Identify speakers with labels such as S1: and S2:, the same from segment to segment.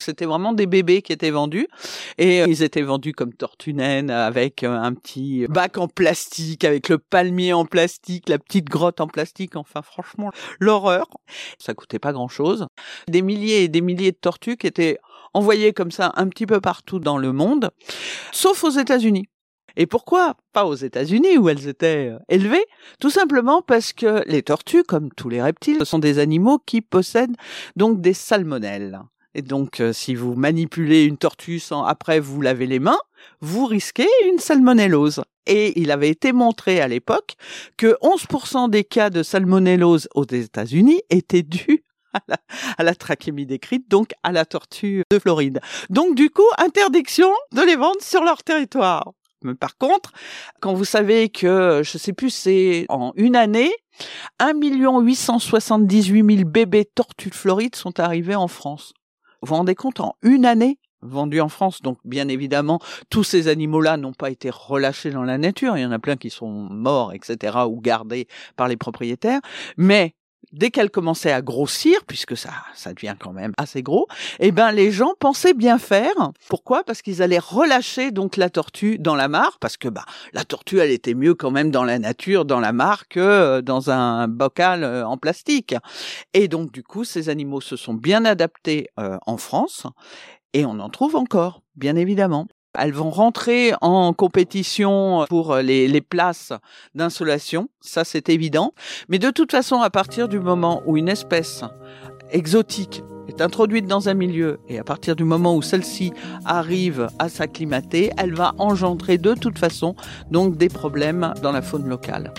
S1: C'était vraiment des bébés qui étaient vendus et ils étaient vendus comme tortues naines avec un petit bac en plastique, avec le palmier en plastique, la petite grotte en plastique. Enfin, franchement, l'horreur. Ça coûtait pas grand-chose. Des milliers et des milliers de tortues qui étaient envoyées comme ça un petit peu partout dans le monde, sauf aux États-Unis. Et pourquoi pas aux États-Unis où elles étaient élevées? Tout simplement parce que les tortues, comme tous les reptiles, sont des animaux qui possèdent donc des salmonelles. Et donc, si vous manipulez une tortue sans après vous laver les mains, vous risquez une salmonellose. Et il avait été montré à l'époque que 11% des cas de salmonellose aux États-Unis étaient dus à la trachémie décrite, donc à la tortue de Floride. Donc, du coup, interdiction de les vendre sur leur territoire. Mais par contre, quand vous savez que, je sais plus, c'est en une année, 1 878 000 bébés tortues de Floride sont arrivés en France. Vous vous rendez compte, en une année, vendus en France, donc bien évidemment, tous ces animaux-là n'ont pas été relâchés dans la nature, il y en a plein qui sont morts, etc., ou gardés par les propriétaires, mais dès qu'elles commençaient à grossir, puisque ça devient quand même assez gros, eh ben les gens pensaient bien faire. Pourquoi? Parce qu'ils allaient relâcher donc la tortue dans la mare, parce que la tortue elle était mieux quand même dans la nature, dans la mare, que dans un bocal en plastique. Et donc du coup, ces animaux se sont bien adaptés en France, et on en trouve encore, bien évidemment. Elles vont rentrer en compétition pour les places d'insolation, ça c'est évident. Mais de toute façon, à partir du moment où une espèce exotique est introduite dans un milieu et à partir du moment où celle-ci arrive à s'acclimater, elle va engendrer de toute façon donc des problèmes dans la faune locale.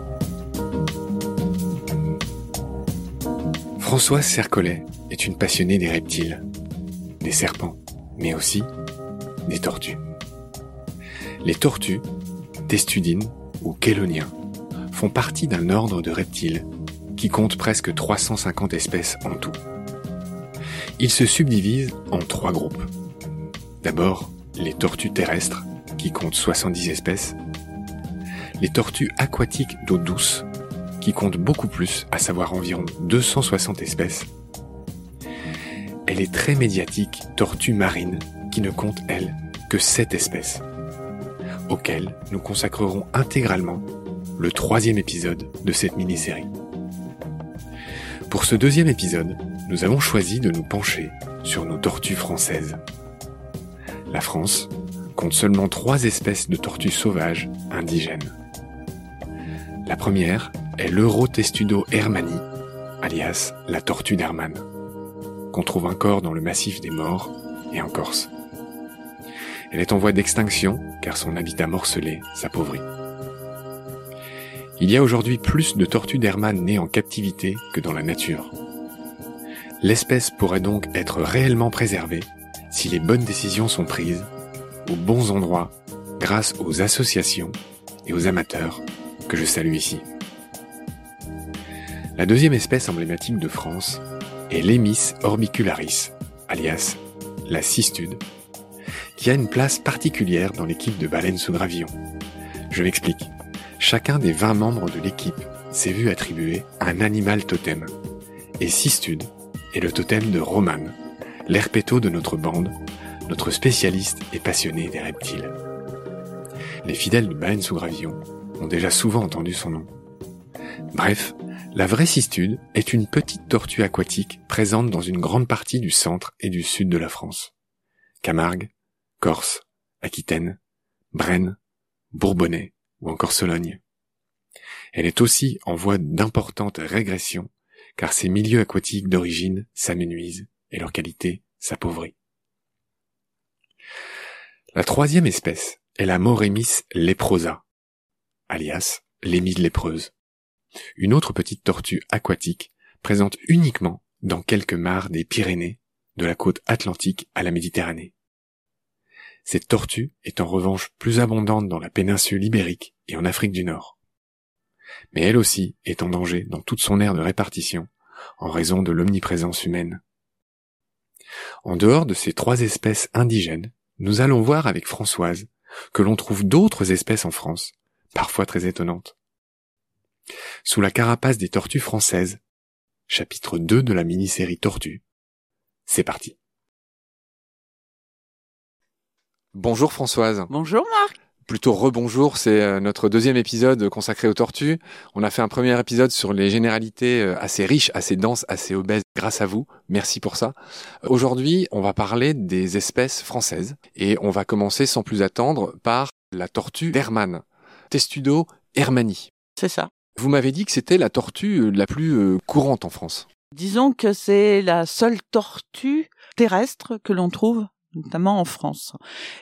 S2: Françoise Sercollet est une passionnée des reptiles, des serpents, mais aussi des tortues. Les tortues, testudines ou chéloniens, font partie d'un ordre de reptiles qui compte presque 350 espèces en tout. Ils se subdivisent en 3 groupes. D'abord, les tortues terrestres, qui comptent 70 espèces. Les tortues aquatiques d'eau douce, qui comptent beaucoup plus, à savoir environ 260 espèces. Et les très médiatiques tortues marines, qui ne comptent, elles, que 7 espèces, auxquelles nous consacrerons intégralement le 3e épisode de cette mini-série. Pour ce 2e épisode, nous avons choisi de nous pencher sur nos tortues françaises. La France compte seulement 3 espèces de tortues sauvages indigènes. La première est l'Eurotestudo hermanni, alias la tortue d'Hermann, qu'on trouve encore dans le massif des Maures et en Corse. Elle est en voie d'extinction car son habitat morcelé s'appauvrit. Il y a aujourd'hui plus de tortues d'Hermann nées en captivité que dans la nature. L'espèce pourrait donc être réellement préservée si les bonnes décisions sont prises aux bons endroits grâce aux associations et aux amateurs que je salue ici. La deuxième espèce emblématique de France est l'Emys orbicularis, alias la cistude, qui a une place particulière dans l'équipe de baleines sous gravillon. Je m'explique. Chacun des 20 membres de l'équipe s'est vu attribuer un animal totem. Et cistude est le totem de Roman, l'herpéto de notre bande, notre spécialiste et passionné des reptiles. Les fidèles de baleines sous gravillon ont déjà souvent entendu son nom. Bref, la vraie cistude est une petite tortue aquatique présente dans une grande partie du centre et du sud de la France. Camargue, Corse, Aquitaine, Brenne, Bourbonnais ou encore Sologne. Elle est aussi en voie d'importante régression car ses milieux aquatiques d'origine s'amenuisent et leur qualité s'appauvrit. La 3e espèce est la Moremys leprosa, alias l'émile lépreuse, une autre petite tortue aquatique présente uniquement dans quelques mares des Pyrénées, de la côte atlantique à la Méditerranée. Cette tortue est en revanche plus abondante dans la péninsule ibérique et en Afrique du Nord. Mais elle aussi est en danger dans toute son aire de répartition en raison de l'omniprésence humaine. En dehors de ces 3 espèces indigènes, nous allons voir avec Françoise que l'on trouve d'autres espèces en France, parfois très étonnantes. Sous la carapace des tortues françaises, chapitre 2 de la mini-série Tortues. C'est parti. Bonjour Françoise.
S1: Bonjour Marc.
S2: Plutôt rebonjour, c'est notre deuxième épisode consacré aux tortues. On a fait un premier épisode sur les généralités assez riches, assez denses, assez obèses, grâce à vous. Merci pour ça. Aujourd'hui, on va parler des espèces françaises et on va commencer sans plus attendre par la tortue d'Hermann, Testudo hermanni.
S1: C'est ça.
S2: Vous m'avez dit que c'était la tortue la plus courante en France.
S1: Disons que c'est la seule tortue terrestre que l'on trouve notamment en France.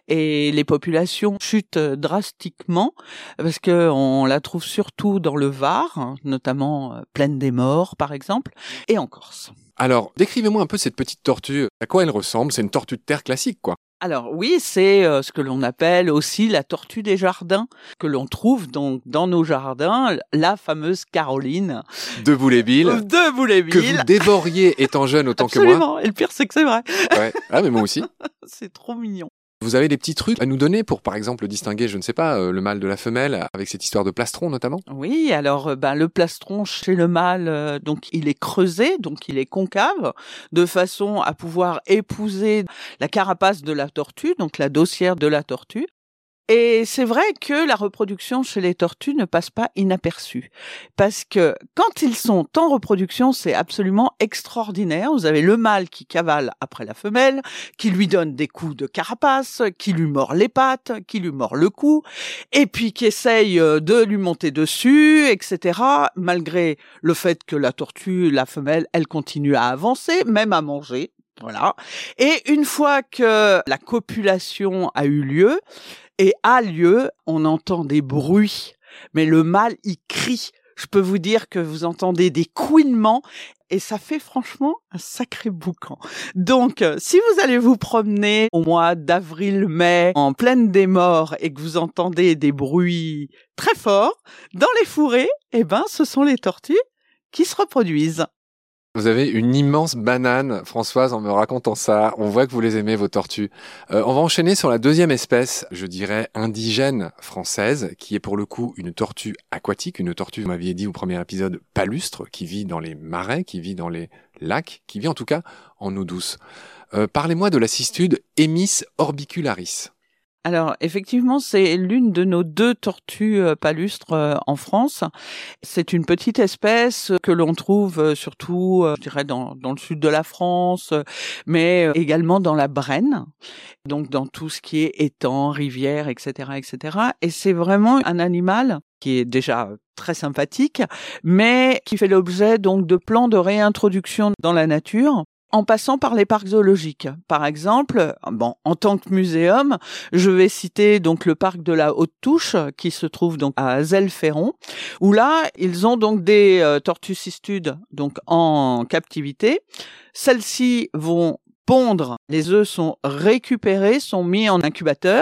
S1: Et les populations chutent drastiquement parce que on la trouve surtout dans le Var, notamment Plaine des Morts par exemple, et en Corse.
S2: Alors, décrivez-moi un peu cette petite tortue. À quoi elle ressemble? C'est une tortue de terre classique, quoi.
S1: Alors oui, c'est ce que l'on appelle aussi la tortue des jardins, que l'on trouve donc dans nos jardins, la fameuse Caroline.
S2: De Bouléville.
S1: De Bouléville.
S2: Que vous dévoriez étant jeune autant que moi.
S1: Absolument, et le pire c'est que c'est vrai.
S2: Ouais. Ah mais moi aussi.
S1: C'est trop mignon.
S2: Vous avez des petits trucs à nous donner pour, par exemple, distinguer, je ne sais pas, le mâle de la femelle, avec cette histoire de plastron notamment?
S1: Oui, alors le plastron chez le mâle, donc il est creusé, donc il est concave, de façon à pouvoir épouser la carapace de la tortue, donc la dossière de la tortue. Et c'est vrai que la reproduction chez les tortues ne passe pas inaperçue. Parce que quand ils sont en reproduction, c'est absolument extraordinaire. Vous avez le mâle qui cavale après la femelle, qui lui donne des coups de carapace, qui lui mord les pattes, qui lui mord le cou, et puis qui essaye de lui monter dessus, etc. Malgré le fait que la tortue, la femelle, elle continue à avancer, même à manger. Voilà. Et une fois que la copulation a eu lieu, et a lieu, on entend des bruits, mais le mâle, il crie. Je peux vous dire que vous entendez des couinements, et ça fait franchement un sacré boucan. Donc, si vous allez vous promener au mois d'avril-mai, en Plaine des Morts, et que vous entendez des bruits très forts, dans les fourrés, eh ben, ce sont les tortues qui se reproduisent.
S2: Vous avez une immense banane, Françoise, en me racontant ça. On voit que vous les aimez, vos tortues. On va enchaîner sur la deuxième espèce, je dirais indigène française, qui est pour le coup une tortue aquatique, une tortue, vous m'aviez dit au premier épisode, palustre, qui vit dans les marais, qui vit dans les lacs, qui vit en tout cas en eau douce. Parlez-moi de la cistude Emys orbicularis.
S1: Alors, effectivement, c'est l'une de nos deux tortues palustres en France. C'est une petite espèce que l'on trouve surtout, je dirais, dans le sud de la France, mais également dans la Brenne, donc dans tout ce qui est étangs, rivières, etc., etc. Et c'est vraiment un animal qui est déjà très sympathique, mais qui fait l'objet donc de plans de réintroduction dans la nature, en passant par les parcs zoologiques. Par exemple, en tant que muséum, je vais citer donc le parc de la Haute-Touche qui se trouve donc à Zelle-Ferron, où là, ils ont donc des tortues cistudes donc en captivité. Celles-ci vont pondre, les œufs sont récupérés, sont mis en incubateur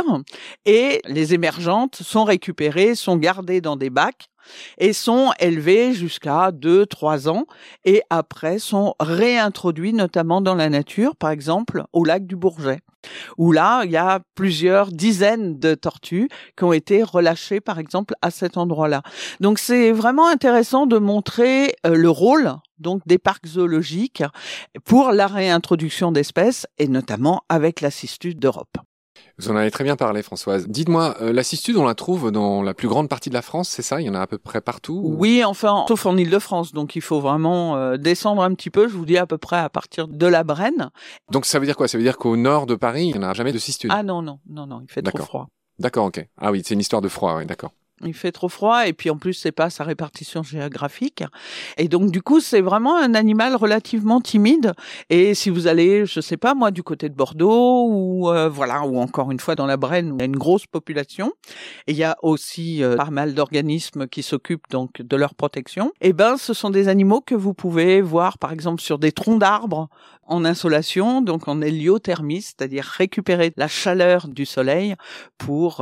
S1: et les émergentes sont récupérées, sont gardées dans des bacs et sont élevées jusqu'à 2-3 ans et après sont réintroduits notamment dans la nature, par exemple au lac du Bourget, où là, il y a plusieurs dizaines de tortues qui ont été relâchées, par exemple, à cet endroit-là. Donc, c'est vraiment intéressant de montrer le rôle donc des parcs zoologiques pour la réintroduction d'espèces et notamment avec la cistude d'Europe.
S2: Vous en avez très bien parlé, Françoise. Dites-moi, la cistude, on la trouve dans la plus grande partie de la France, c'est ça? Il y en a à peu près partout?
S1: Oui, enfin, sauf en Île-de-France. Donc, il faut vraiment descendre un petit peu. Je vous dis à peu près à partir de la Brenne.
S2: Donc, ça veut dire quoi? Ça veut dire qu'au nord de Paris, il n'y en a jamais de cistude?
S1: Ah non, il fait trop froid.
S2: D'accord, ok. Ah oui, c'est une histoire de froid, oui, d'accord.
S1: Il fait trop froid et puis en plus c'est pas sa répartition géographique et donc du coup c'est vraiment un animal relativement timide et si vous allez je sais pas moi du côté de Bordeaux ou ou encore une fois dans la Brenne où il y a une grosse population et il y a aussi pas mal d'organismes qui s'occupent donc de leur protection, et ben ce sont des animaux que vous pouvez voir par exemple sur des troncs d'arbres en insolation, donc en héliothermie, c'est-à-dire récupérer la chaleur du soleil pour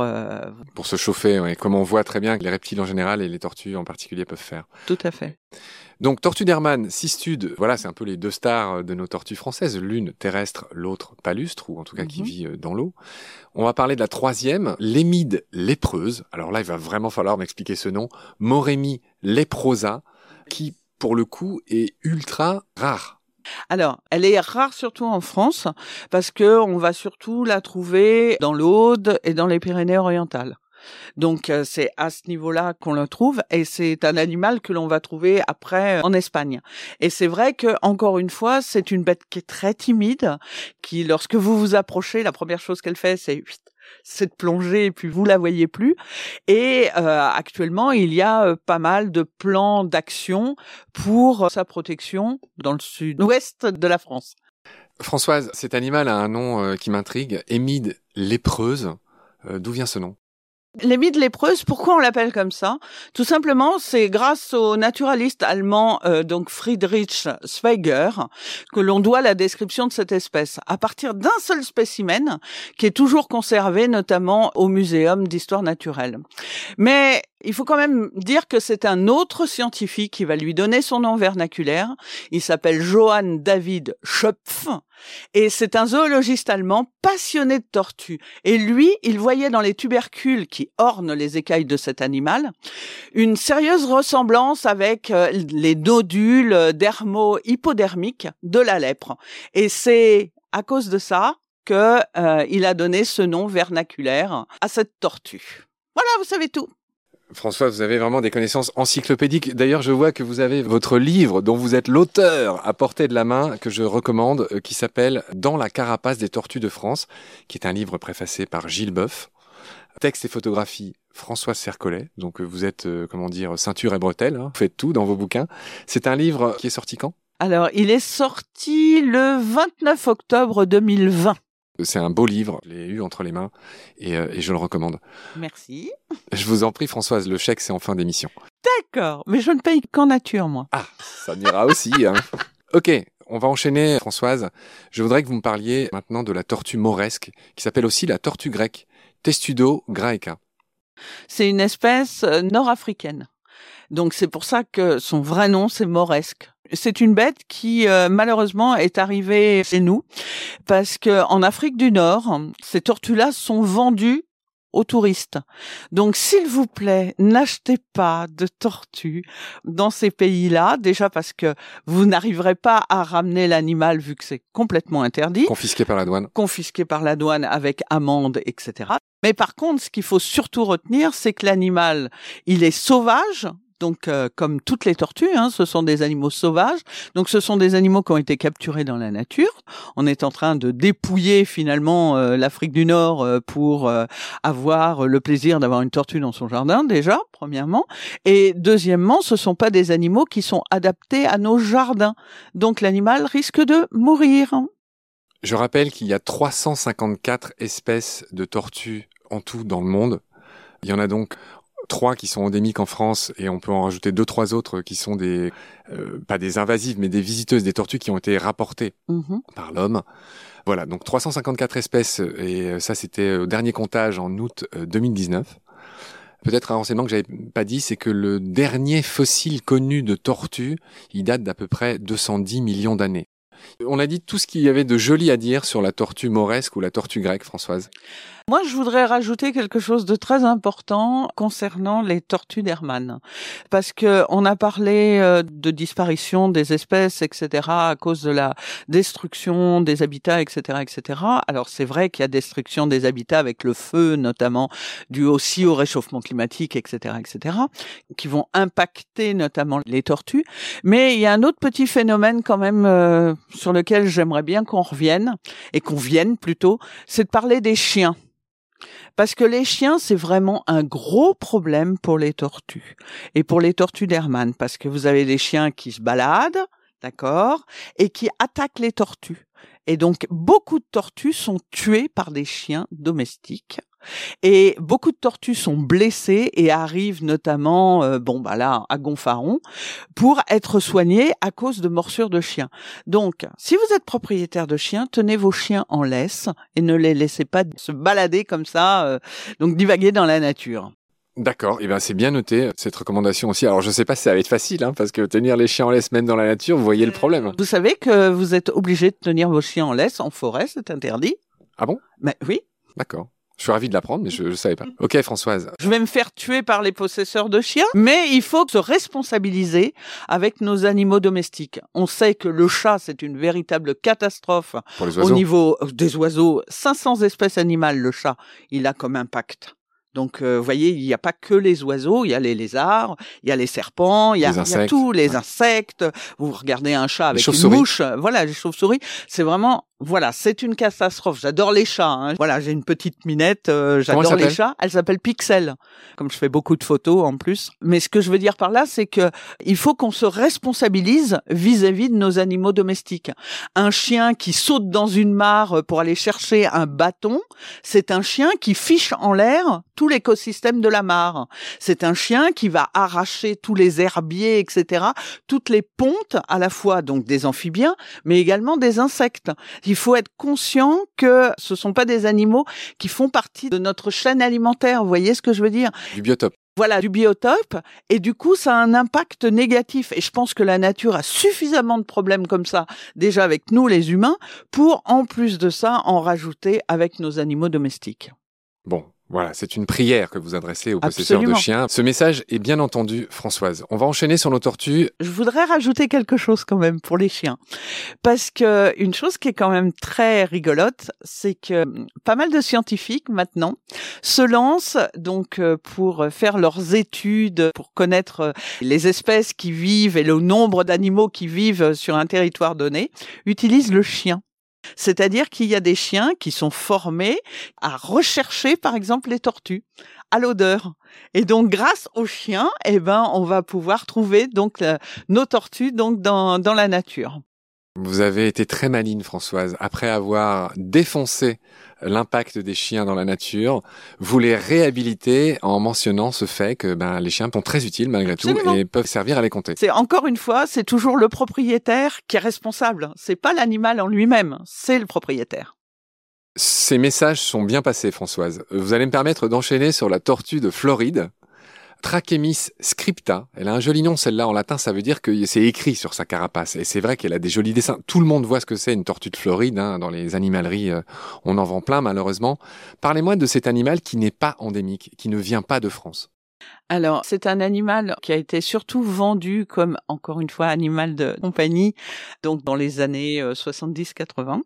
S2: se chauffer, oui, comme on voit très bien que les reptiles en général et les tortues en particulier peuvent faire.
S1: Tout à fait.
S2: Donc tortue d'Hermann, cistude, voilà, c'est un peu les deux stars de nos tortues françaises, l'une terrestre, l'autre palustre, ou en tout cas qui vit dans l'eau. On va parler de la troisième, l'Hémide lépreuse. Alors là, il va vraiment falloir m'expliquer ce nom, Moremi leprosa, qui pour le coup est ultra rare.
S1: Alors, elle est rare surtout en France parce que on va surtout la trouver dans l'Aude et dans les Pyrénées-Orientales. Donc c'est à ce niveau-là qu'on le trouve et c'est un animal que l'on va trouver après en Espagne. Et c'est vrai que encore une fois, c'est une bête qui est très timide, qui lorsque vous vous approchez, la première chose qu'elle fait c'est de plonger et puis vous la voyez plus. Et actuellement, il y a pas mal de plans d'action pour sa protection dans le sud-ouest de la France.
S2: Françoise, cet animal a un nom qui m'intrigue, Émide lépreuse. D'où vient ce nom?
S1: L'émide lépreuse, pourquoi on l'appelle comme ça? Tout simplement, c'est grâce au naturaliste allemand donc Friedrich Schweigger que l'on doit la description de cette espèce, à partir d'un seul spécimen qui est toujours conservé, notamment au Muséum d'histoire naturelle. Mais il faut quand même dire que c'est un autre scientifique qui va lui donner son nom vernaculaire. Il s'appelle Johann David Schöpf. Et c'est un zoologiste allemand passionné de tortues. Et lui, il voyait dans les tubercules qui ornent les écailles de cet animal une sérieuse ressemblance avec les nodules dermo-hypodermiques de la lèpre. Et c'est à cause de ça que il a donné ce nom vernaculaire à cette tortue. Voilà, vous savez tout.
S2: François, vous avez vraiment des connaissances encyclopédiques. D'ailleurs, je vois que vous avez votre livre dont vous êtes l'auteur à portée de la main, que je recommande, qui s'appelle « Dans la carapace des tortues de France », qui est un livre préfacé par Gilles Boeuf. Texte et photographie, Françoise Sercollet. Donc vous êtes, ceinture et bretelles, hein. Vous faites tout dans vos bouquins. C'est un livre qui est sorti quand?
S1: Alors, il est sorti le 29 octobre 2020.
S2: C'est un beau livre, je l'ai eu entre les mains et je le recommande.
S1: Merci.
S2: Je vous en prie Françoise, le chèque c'est en fin d'émission.
S1: D'accord, mais je ne paye qu'en nature moi.
S2: Ah, ça m'ira aussi. Hein. Ok, on va enchaîner Françoise. Je voudrais que vous me parliez maintenant de la tortue mauresque, qui s'appelle aussi la tortue grecque, Testudo graeca.
S1: C'est une espèce nord-africaine. Donc c'est pour ça que son vrai nom c'est mauresque. C'est une bête qui malheureusement est arrivée chez nous parce que en Afrique du Nord, ces tortues-là sont vendues aux touristes. Donc s'il vous plaît, n'achetez pas de tortues dans ces pays-là, déjà parce que vous n'arriverez pas à ramener l'animal vu que c'est complètement interdit.
S2: Confisqué par la douane.
S1: Confisqué par la douane avec amende, etc. Mais par contre, ce qu'il faut surtout retenir, c'est que l'animal, il est sauvage. Donc, comme toutes les tortues, ce sont des animaux sauvages. Donc, ce sont des animaux qui ont été capturés dans la nature. On est en train de dépouiller finalement l'Afrique du Nord pour avoir le plaisir d'avoir une tortue dans son jardin, déjà, premièrement. Et deuxièmement, ce sont pas des animaux qui sont adaptés à nos jardins. Donc, l'animal risque de mourir.
S2: Je rappelle qu'il y a 354 espèces de tortues en tout dans le monde. Il y en a donc 3 qui sont endémiques en France et on peut en rajouter 2-3 autres qui sont des pas des invasives mais des visiteuses des tortues qui ont été rapportées par l'homme. Voilà, donc 354 espèces et ça c'était au dernier comptage en août 2019. Peut-être un renseignement que j'avais pas dit, c'est que le dernier fossile connu de tortue, il date d'à peu près 210 millions d'années. On a dit tout ce qu'il y avait de joli à dire sur la tortue mauresque ou la tortue grecque, Françoise.
S1: Moi, je voudrais rajouter quelque chose de très important concernant les tortues d'Hermann. Parce que on a parlé de disparition des espèces, etc., à cause de la destruction des habitats, etc., etc. Alors, c'est vrai qu'il y a destruction des habitats avec le feu, notamment, dû aussi au réchauffement climatique, etc., etc., qui vont impacter notamment les tortues. Mais il y a un autre petit phénomène quand même sur lequel j'aimerais bien qu'on revienne, et qu'on vienne plutôt, c'est de parler des chiens. Parce que les chiens, c'est vraiment un gros problème pour les tortues. Et pour les tortues d'Hermann, parce que vous avez des chiens qui se baladent, d'accord, et qui attaquent les tortues. Et donc, beaucoup de tortues sont tuées par des chiens domestiques. Et beaucoup de tortues sont blessées et arrivent notamment, à Gonfaron, pour être soignées à cause de morsures de chiens. Donc, si vous êtes propriétaire de chiens, tenez vos chiens en laisse et ne les laissez pas se balader comme ça, donc divaguer dans la nature.
S2: D'accord, et c'est bien noté, cette recommandation aussi. Alors je sais pas si ça va être facile, parce que tenir les chiens en laisse même dans la nature, vous voyez le problème.
S1: Vous savez que vous êtes obligé de tenir vos chiens en laisse en forêt, c'est interdit.
S2: Ah bon?
S1: Mais oui.
S2: D'accord. Je suis ravi de l'apprendre, mais je ne savais pas. Ok, Françoise.
S1: Je vais me faire tuer par les possesseurs de chiens, mais il faut se responsabiliser avec nos animaux domestiques. On sait que le chat, c'est une véritable catastrophe
S2: Pour les oiseaux.
S1: au niveau des oiseaux. 500 espèces animales, le chat, il a comme impact. Donc, vous voyez, il n'y a pas que les oiseaux, il y a les lézards, il y a les serpents, il y a tous les insectes. Vous regardez un chat avec une mouche, voilà, les chauves-souris. C'est vraiment, voilà, c'est une catastrophe. J'adore les chats. Hein. Voilà, j'ai une petite minette, j'adore les chats. Elle s'appelle Pixel, comme je fais beaucoup de photos en plus. Mais ce que je veux dire par là, c'est que il faut qu'on se responsabilise vis-à-vis de nos animaux domestiques. Un chien qui saute dans une mare pour aller chercher un bâton, c'est un chien qui fiche en l'air tout l'écosystème de la mare. C'est un chien qui va arracher tous les herbiers, etc., toutes les pontes, à la fois donc des amphibiens, mais également des insectes. Il faut être conscient que ce sont pas des animaux qui font partie de notre chaîne alimentaire. Vous voyez ce que je veux dire?
S2: Du biotope.
S1: Voilà, du biotope. Et du coup, ça a un impact négatif. Et je pense que la nature a suffisamment de problèmes comme ça, déjà avec nous, les humains, pour, en plus de ça, en rajouter avec nos animaux domestiques.
S2: Bon. Voilà, c'est une prière que vous adressez aux possesseurs de chiens. Ce message est bien entendu, Françoise. On va enchaîner sur nos tortues.
S1: Je voudrais rajouter quelque chose quand même pour les chiens. Parce que une chose qui est quand même très rigolote, c'est que pas mal de scientifiques maintenant se lancent donc pour faire leurs études, pour connaître les espèces qui vivent et le nombre d'animaux qui vivent sur un territoire donné, utilisent le chien. C'est-à-dire qu'il y a des chiens qui sont formés à rechercher, par exemple, les tortues à l'odeur. Et donc, grâce aux chiens, on va pouvoir trouver donc nos tortues donc dans la nature.
S2: Vous avez été très maligne, Françoise. Après avoir défoncé l'impact des chiens dans la nature, vous les réhabilitez en mentionnant ce fait que les chiens sont très utiles malgré tout et peuvent servir à les compter.
S1: C'est encore une fois, c'est toujours le propriétaire qui est responsable. C'est pas l'animal en lui-même, c'est le propriétaire.
S2: Ces messages sont bien passés, Françoise. Vous allez me permettre d'enchaîner sur la tortue de Floride. Trachemis scripta. Elle a un joli nom, celle-là. En latin, ça veut dire que c'est écrit sur sa carapace. Et c'est vrai qu'elle a des jolis dessins. Tout le monde voit ce que c'est une tortue de Floride. Hein. Dans les animaleries, on en vend plein, malheureusement. Parlez-moi de cet animal qui n'est pas endémique, qui ne vient pas de France.
S1: Alors, c'est un animal qui a été surtout vendu comme, encore une fois, animal de compagnie, donc dans les années 70-80.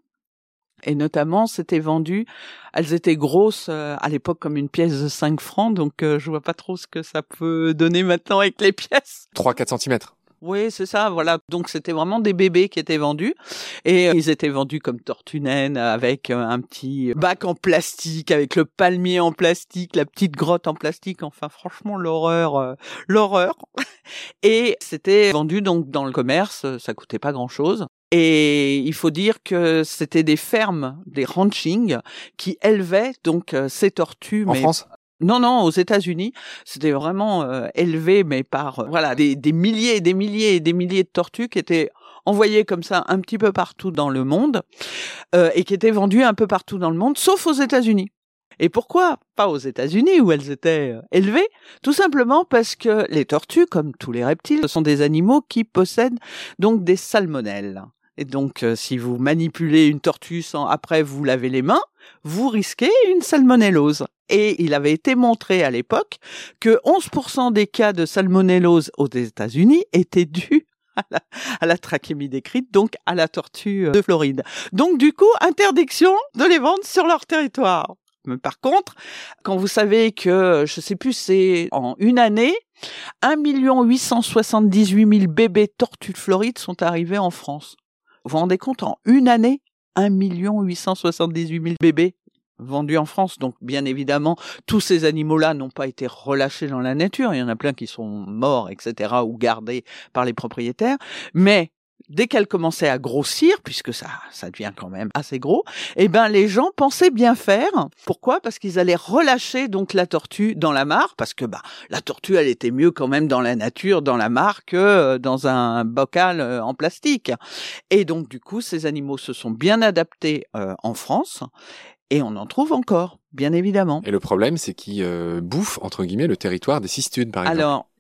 S1: Et notamment, c'était vendu, elles étaient grosses à l'époque comme une pièce de 5 francs, donc je vois pas trop ce que ça peut donner maintenant avec les pièces.
S2: 3-4 centimètres.
S1: Oui, c'est ça, voilà. Donc, c'était vraiment des bébés qui étaient vendus. Et ils étaient vendus comme tortues naines avec un petit bac en plastique, avec le palmier en plastique, la petite grotte en plastique. Enfin, franchement, l'horreur. Et c'était vendu donc dans le commerce, ça coûtait pas grand-chose. Et il faut dire que c'était des fermes, des ranchings, qui élevaient donc ces tortues.
S2: En France ?
S1: Non, aux États-Unis, c'était vraiment élevé, mais par des milliers et des milliers et des milliers de tortues qui étaient envoyées comme ça un petit peu partout dans le monde et qui étaient vendues un peu partout dans le monde, sauf aux États-Unis. Et pourquoi pas aux États-Unis où elles étaient élevées? Tout simplement parce que les tortues, comme tous les reptiles, sont des animaux qui possèdent donc des salmonelles. Et donc, si vous manipulez une tortue sans après vous laver les mains, vous risquez une salmonellose. Et il avait été montré à l'époque que 11% des cas de salmonellose aux États-Unis étaient dus à la trachémie décrite, donc à la tortue de Floride. Donc, du coup, interdiction de les vendre sur leur territoire. Mais par contre, quand vous savez que, je sais plus, c'est en une année, 1 878 000 bébés tortues de Floride sont arrivés en France. Vous vous rendez compte, en une année, 1 878 000 bébés vendus en France. Donc, bien évidemment, tous ces animaux-là n'ont pas été relâchés dans la nature. Il y en a plein qui sont morts, etc., ou gardés par les propriétaires. Mais dès qu'elles commençaient à grossir, puisque ça devient quand même assez gros, les gens pensaient bien faire. Pourquoi? Parce qu'ils allaient relâcher donc la tortue dans la mare, parce que la tortue, elle était mieux quand même dans la nature, dans la mare, que dans un bocal en plastique. Et donc, du coup, ces animaux se sont bien adaptés en France, et on en trouve encore, bien évidemment.
S2: Et le problème, c'est qu'ils bouffent, entre guillemets, le territoire des cistudes, par exemple.
S1: Alors,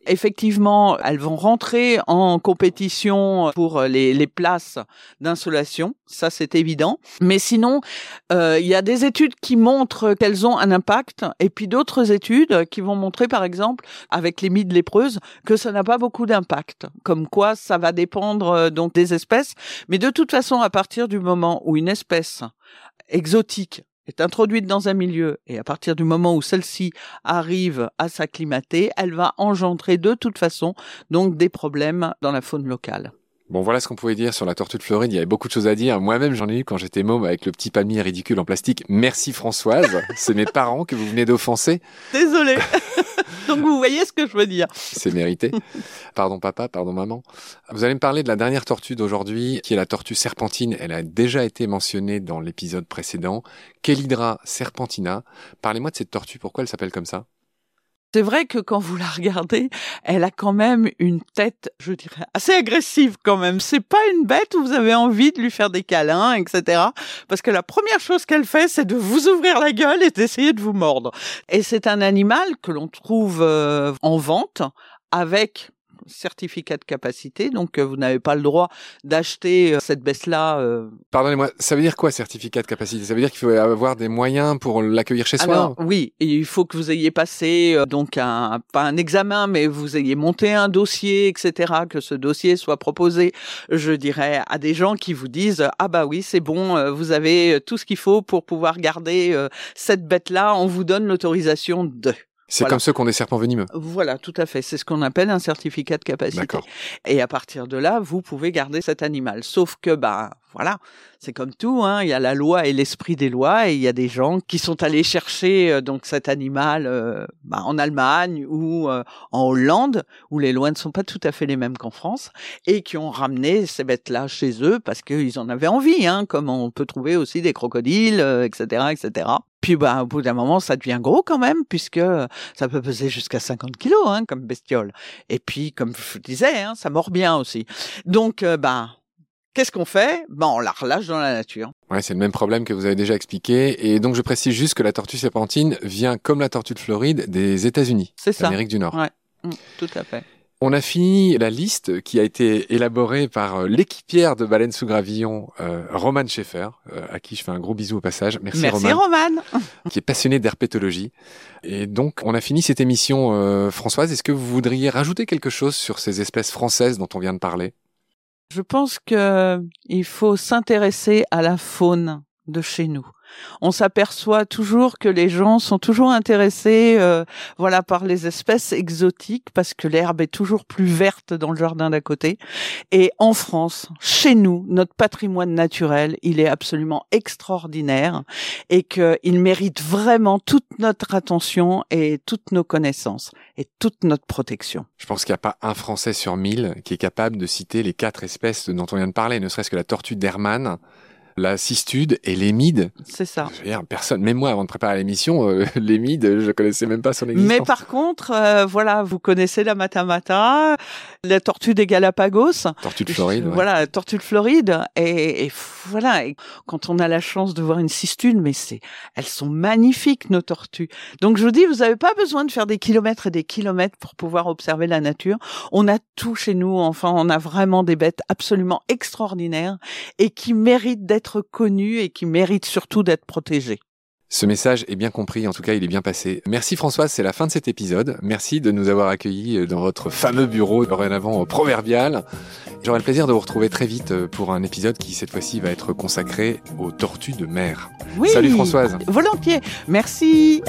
S1: effectivement, elles vont rentrer en compétition pour les places d'insolation, ça c'est évident. Mais sinon, il y a des études qui montrent qu'elles ont un impact, et puis d'autres études qui vont montrer, par exemple, avec les mides lépreuses, que ça n'a pas beaucoup d'impact. Comme quoi, ça va dépendre donc des espèces. Mais de toute façon, à partir du moment où une espèce exotique est introduite dans un milieu, et à partir du moment où celle-ci arrive à s'acclimater, elle va engendrer de toute façon donc des problèmes dans la faune locale.
S2: Bon, voilà ce qu'on pouvait dire sur la tortue de Floride. Il y avait beaucoup de choses à dire. Moi-même, j'en ai eu quand j'étais môme avec le petit palmier ridicule en plastique. Merci Françoise. C'est mes parents que vous venez d'offenser.
S1: Désolée. Donc vous voyez ce que je veux dire.
S2: C'est mérité. Pardon papa, pardon maman. Vous allez me parler de la dernière tortue d'aujourd'hui, qui est la tortue serpentine. Elle a déjà été mentionnée dans l'épisode précédent. Chelydra serpentina. Parlez-moi de cette tortue. Pourquoi elle s'appelle comme ça ?
S1: C'est vrai que quand vous la regardez, elle a quand même une tête, je dirais, assez agressive quand même. C'est pas une bête où vous avez envie de lui faire des câlins, etc. Parce que la première chose qu'elle fait, c'est de vous ouvrir la gueule et d'essayer de vous mordre. Et c'est un animal que l'on trouve en vente avec certificat de capacité, donc vous n'avez pas le droit d'acheter cette bête-là.
S2: Pardonnez-moi, ça veut dire quoi certificat de capacité ? Ça veut dire qu'il faut avoir des moyens pour l'accueillir chez soi ?
S1: Alors oui, il faut que vous ayez passé donc pas un examen, mais vous ayez monté un dossier, etc. Que ce dossier soit proposé, je dirais, à des gens qui vous disent ah bah oui c'est bon, vous avez tout ce qu'il faut pour pouvoir garder cette bête-là, on vous donne l'autorisation de.
S2: C'est comme ceux qui ont des serpents venimeux.
S1: Voilà, tout à fait. C'est ce qu'on appelle un certificat de capacité.
S2: D'accord.
S1: Et à partir de là, vous pouvez garder cet animal. Sauf que, voilà, c'est comme tout, hein. Il y a la loi et l'esprit des lois, et il y a des gens qui sont allés chercher donc cet animal en Allemagne ou en Hollande, où les lois ne sont pas tout à fait les mêmes qu'en France, et qui ont ramené ces bêtes-là chez eux parce qu'ils en avaient envie, hein, comme on peut trouver aussi des crocodiles, etc., etc. Puis au bout d'un moment, ça devient gros quand même, puisque ça peut peser jusqu'à 50 kilos hein, comme bestiole. Et puis, comme je vous disais, hein, ça mord bien aussi. Donc, qu'est-ce qu'on fait ? On la relâche dans la nature.
S2: Ouais, c'est le même problème que vous avez déjà expliqué. Et donc, je précise juste que la tortue serpentine vient, comme la tortue de Floride, des États-Unis, d'Amérique du Nord.
S1: Ouais, tout à fait.
S2: On a fini la liste qui a été élaborée par l'équipière de Baleine sous Gravillon, Romane Schaeffer, à qui je fais un gros bisou au passage. Merci
S1: Romane.
S2: Qui est passionnée d'herpétologie. Et donc, on a fini cette émission. Françoise, est-ce que vous voudriez rajouter quelque chose sur ces espèces françaises dont on vient de parler ?
S1: Je pense qu'il faut s'intéresser à la faune de chez nous. On s'aperçoit toujours que les gens sont toujours intéressés par les espèces exotiques parce que l'herbe est toujours plus verte dans le jardin d'à côté. Et en France, chez nous, notre patrimoine naturel, il est absolument extraordinaire et qu'il mérite vraiment toute notre attention et toutes nos connaissances et toute notre protection.
S2: Je pense qu'il n'y a pas un Français sur 1000 qui est capable de citer les 4 espèces dont on vient de parler, ne serait-ce que la tortue d'Hermann, la cistude et l'émide.
S1: C'est ça.
S2: Je veux dire, personne, même moi, avant de préparer l'émission, l'émide, je connaissais même pas son existence.
S1: Mais par contre, vous connaissez la matamata, la tortue des Galapagos.
S2: Tortue de Floride. Ouais.
S1: Voilà, tortue de Floride. Et voilà, et quand on a la chance de voir une cistude, mais elles sont magnifiques, nos tortues. Donc je vous dis, vous n'avez pas besoin de faire des kilomètres et des kilomètres pour pouvoir observer la nature. On a tout chez nous, enfin, on a vraiment des bêtes absolument extraordinaires et qui méritent d'être connues et qui méritent surtout d'être protégées.
S2: Ce message est bien compris, en tout cas il est bien passé. Merci Françoise, c'est la fin de cet épisode. Merci de nous avoir accueillis dans votre fameux bureau, dorénavant proverbial. J'aurai le plaisir de vous retrouver très vite pour un épisode qui cette fois-ci va être consacré aux tortues de mer.
S1: Oui,
S2: salut Françoise.
S1: Volontiers, merci.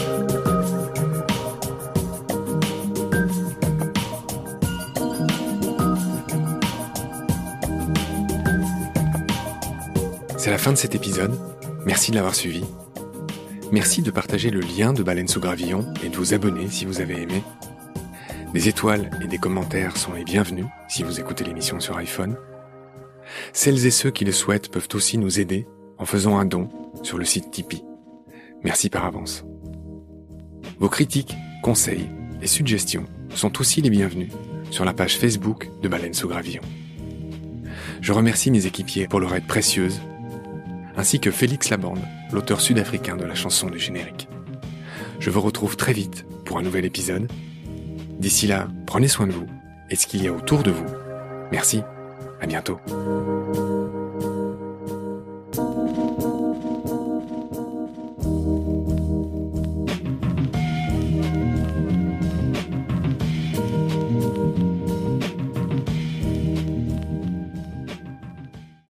S2: C'est la fin de cet épisode. Merci de l'avoir suivi. Merci de partager le lien de Baleine sous Gravillon et de vous abonner si vous avez aimé. Des étoiles et des commentaires sont les bienvenus si vous écoutez l'émission sur iPhone. Celles et ceux qui le souhaitent peuvent aussi nous aider en faisant un don sur le site Tipeee. Merci par avance. Vos critiques, conseils et suggestions sont aussi les bienvenus sur la page Facebook de Baleine sous Gravillon. Je remercie mes équipiers pour leur aide précieuse, ainsi que Félix Labande, l'auteur sud-africain de la chanson du générique. Je vous retrouve très vite pour un nouvel épisode. D'ici là, prenez soin de vous et de ce qu'il y a autour de vous. Merci, à bientôt.